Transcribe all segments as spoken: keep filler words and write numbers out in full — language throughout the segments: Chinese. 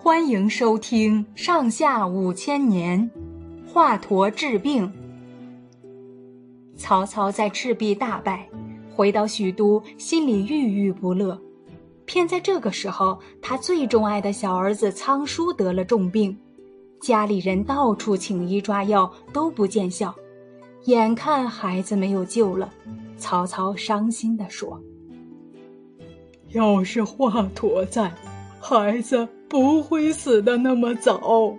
欢迎收听《上下五千年》，华佗治病。曹操在赤壁大败，回到许都，心里郁郁不乐。偏在这个时候，他最钟爱的小儿子仓叔得了重病，家里人到处请医抓药，都不见效。眼看孩子没有救了，曹操伤心地说： 要是华佗在，孩子不会死得那么早。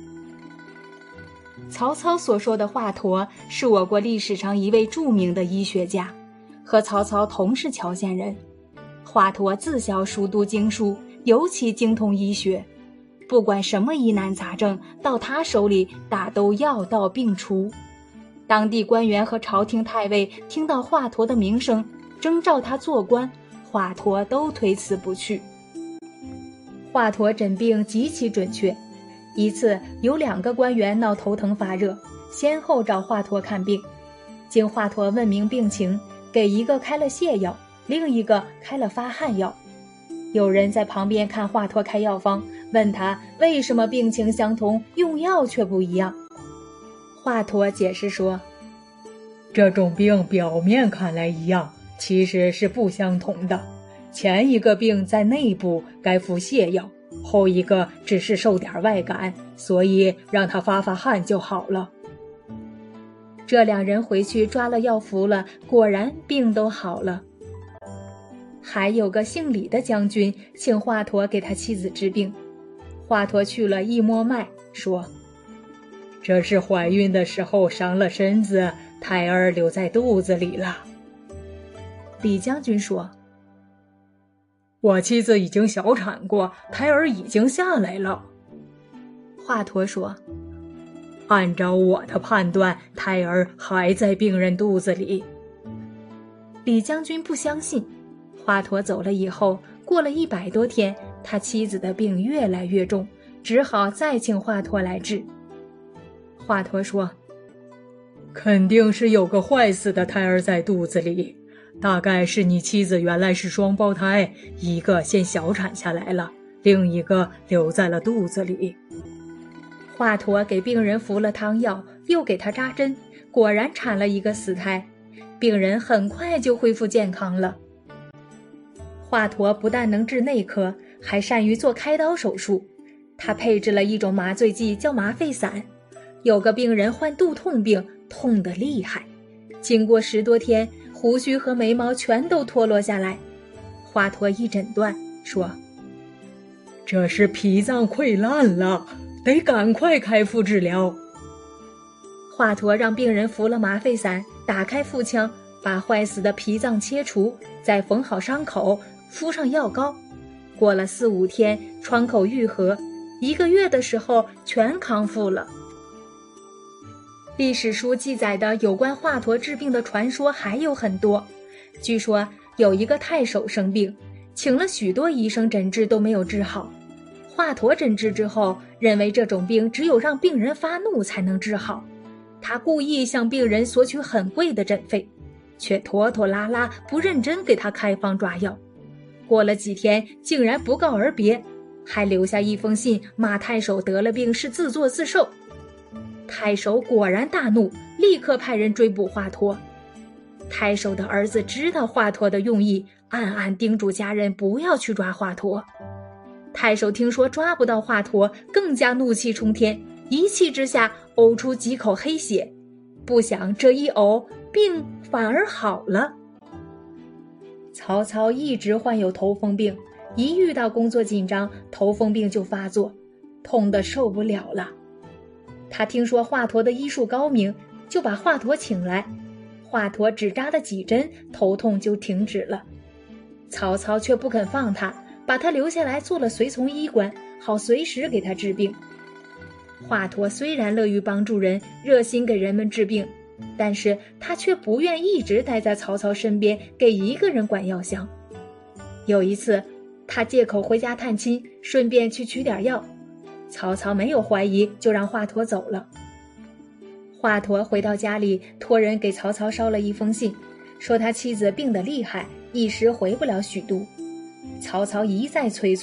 曹操所说的华佗是我国历史上一位著名的医学家，和曹操同是谯县人。华佗自小熟读经书，尤其精通医学，不管什么疑难杂症，到他手里大都药到病除。当地官员和朝廷太尉听到华佗的名声，征召他做官，华佗都推辞不去。华佗诊病极其准确，一次有两个官员闹头疼发热，先后找华佗看病。经华佗问明病情，给一个开了泻药，另一个开了发汗药。有人在旁边看华佗开药方，问他为什么病情相同，用药却不一样。华佗解释说， 这种病表面看来一样，其实是不相同的。前一个病在内部该服泻药，后一个只是受点外感，所以让他发发汗就好了。 这两人回去抓了药服了，果然病都好了。还有个姓李的将军请华佗给他妻子治病，华佗去了一摸脉，说， 这是怀孕的时候伤了身子，胎儿留在肚子里了。 李将军说， 我妻子已经小产过，胎儿已经下来了。 华佗说， 按照我的判断，胎儿还在病人肚子里。 李将军不相信。华佗走了以后，过了一百多天，他妻子的病越来越重，只好再请华佗来治。华佗说， 肯定是有个坏死的胎儿在肚子里，大概是你妻子原来是双胞胎，一个先小产下来了，另一个留在了肚子里。 华佗给病人服了汤药，又给他扎针，果然产了一个死胎，病人很快就恢复健康了。华佗不但能治内科，还善于做开刀手术。他配制了一种麻醉剂叫麻沸散，有个病人患肚痛病，痛得厉害，经过十多天，胡须和眉毛全都脱落下来。华佗一诊断说， 这是脾脏溃烂了，得赶快开腹治疗。 华佗让病人服了麻沸散，打开腹腔，把坏死的脾脏切除，再缝好伤口，敷上药膏。过了四五天，创口愈合，一个月的时候全康复了。历史书记载的有关华佗治病的传说还有很多。据说有一个太守生病，请了许多医生诊治都没有治好。华佗诊治之后，认为这种病只有让病人发怒才能治好，他故意向病人索取很贵的诊费，却拖拖拉拉不认真给他开方抓药。过了几天，竟然不告而别，还留下一封信骂太守得了病是自作自受。太守果然大怒，立刻派人追捕华佗。太守的儿子知道华佗的用意，暗暗叮嘱家人不要去抓华佗。太守听说抓不到华佗，更加怒气冲天，一气之下呕出几口黑血，不想这一呕，病反而好了。曹操一直患有头风病，一遇到工作紧张，头风病就发作，痛得受不了了。他听说华佗的医术高明，就把华佗请来。华佗只扎了几针，头痛就停止了。曹操却不肯放他，把他留下来做了随从医官，好随时给他治病。华佗虽然乐于帮助人，热心给人们治病，但是他却不愿一直待在曹操身边，给一个人管药箱。有一次，他借口回家探亲，顺便去取点药。曹操没有怀疑，就让华佗走了。华佗回到家里，托人给曹操捎了一封信，说他妻子病得厉害，一时回不了许都。曹操一再催促，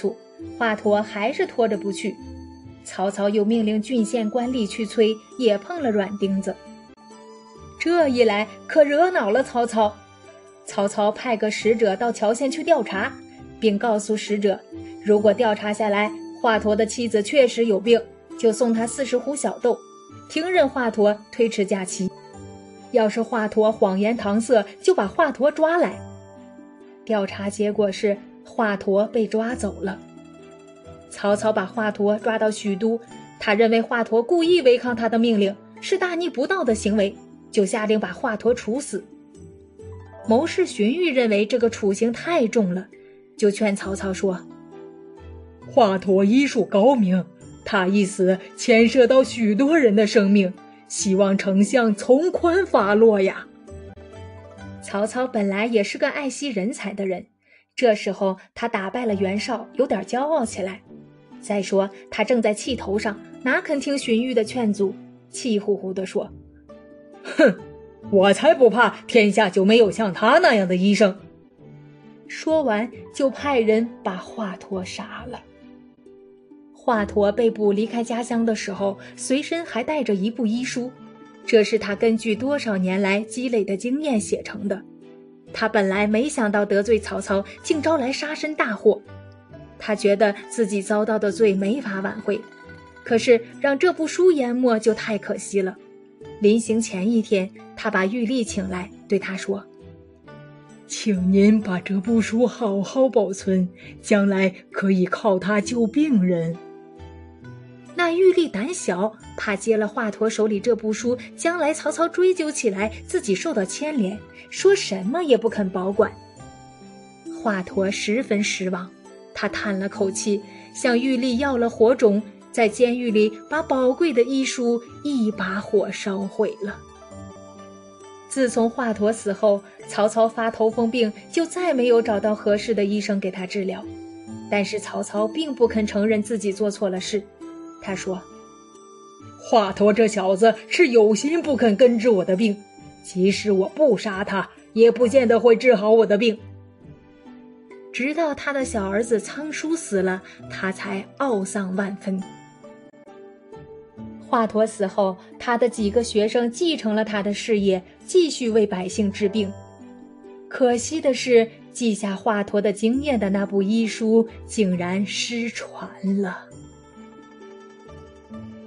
华佗还是拖着不去。曹操又命令郡县官吏去催，也碰了软钉子。这一来可惹恼了曹操。曹操派个使者到谯县去调查，并告诉使者，如果调查下来华佗的妻子确实有病，就送他四十斛小豆，听任华佗推迟假期。要是华佗谎言搪塞，就把华佗抓来。调查结果是华佗被抓走了。曹操把华佗抓到许都，他认为华佗故意违抗他的命令，是大逆不道的行为，就下令把华佗处死。谋士荀彧认为这个处刑太重了，就劝曹操说， 华佗医术高明，他一死牵涉到许多人的生命，希望丞相从宽发落呀。 曹操本来也是个爱惜人才的人，这时候他打败了袁绍，有点骄傲起来。再说他正在气头上，哪肯听荀彧的劝阻，气呼呼地说， 哼，我才不怕天下就没有像他那样的医生。 说完就派人把华佗杀了。华佗被捕离开家乡的时候，随身还带着一部医书，这是他根据多少年来积累的经验写成的。他本来没想到得罪曹操，竟招来杀身大祸。他觉得自己遭到的罪没法挽回，可是让这部书淹没就太可惜了。临行前一天，他把玉历请来，对他说， 请您把这部书好好保存，将来可以靠它救病人。 那玉历胆小，怕接了华佗手里这部书，将来曹操追究起来，自己受到牵连，说什么也不肯保管。华佗十分失望，他叹了口气，向玉历要了火种，在监狱里把宝贵的医书一把火烧毁了。自从华佗死后，曹操发头风病，就再没有找到合适的医生给他治疗。但是曹操并不肯承认自己做错了事，他说， 华佗这小子是有心不肯根治我的病，即使我不杀他，也不见得会治好我的病。直到他的小儿子仓叔死了，他才懊丧万分。 华佗死后，他的几个学生继承了他的事业，继续为百姓治病。可惜的是，记下华佗的经验的那部医书竟然失传了。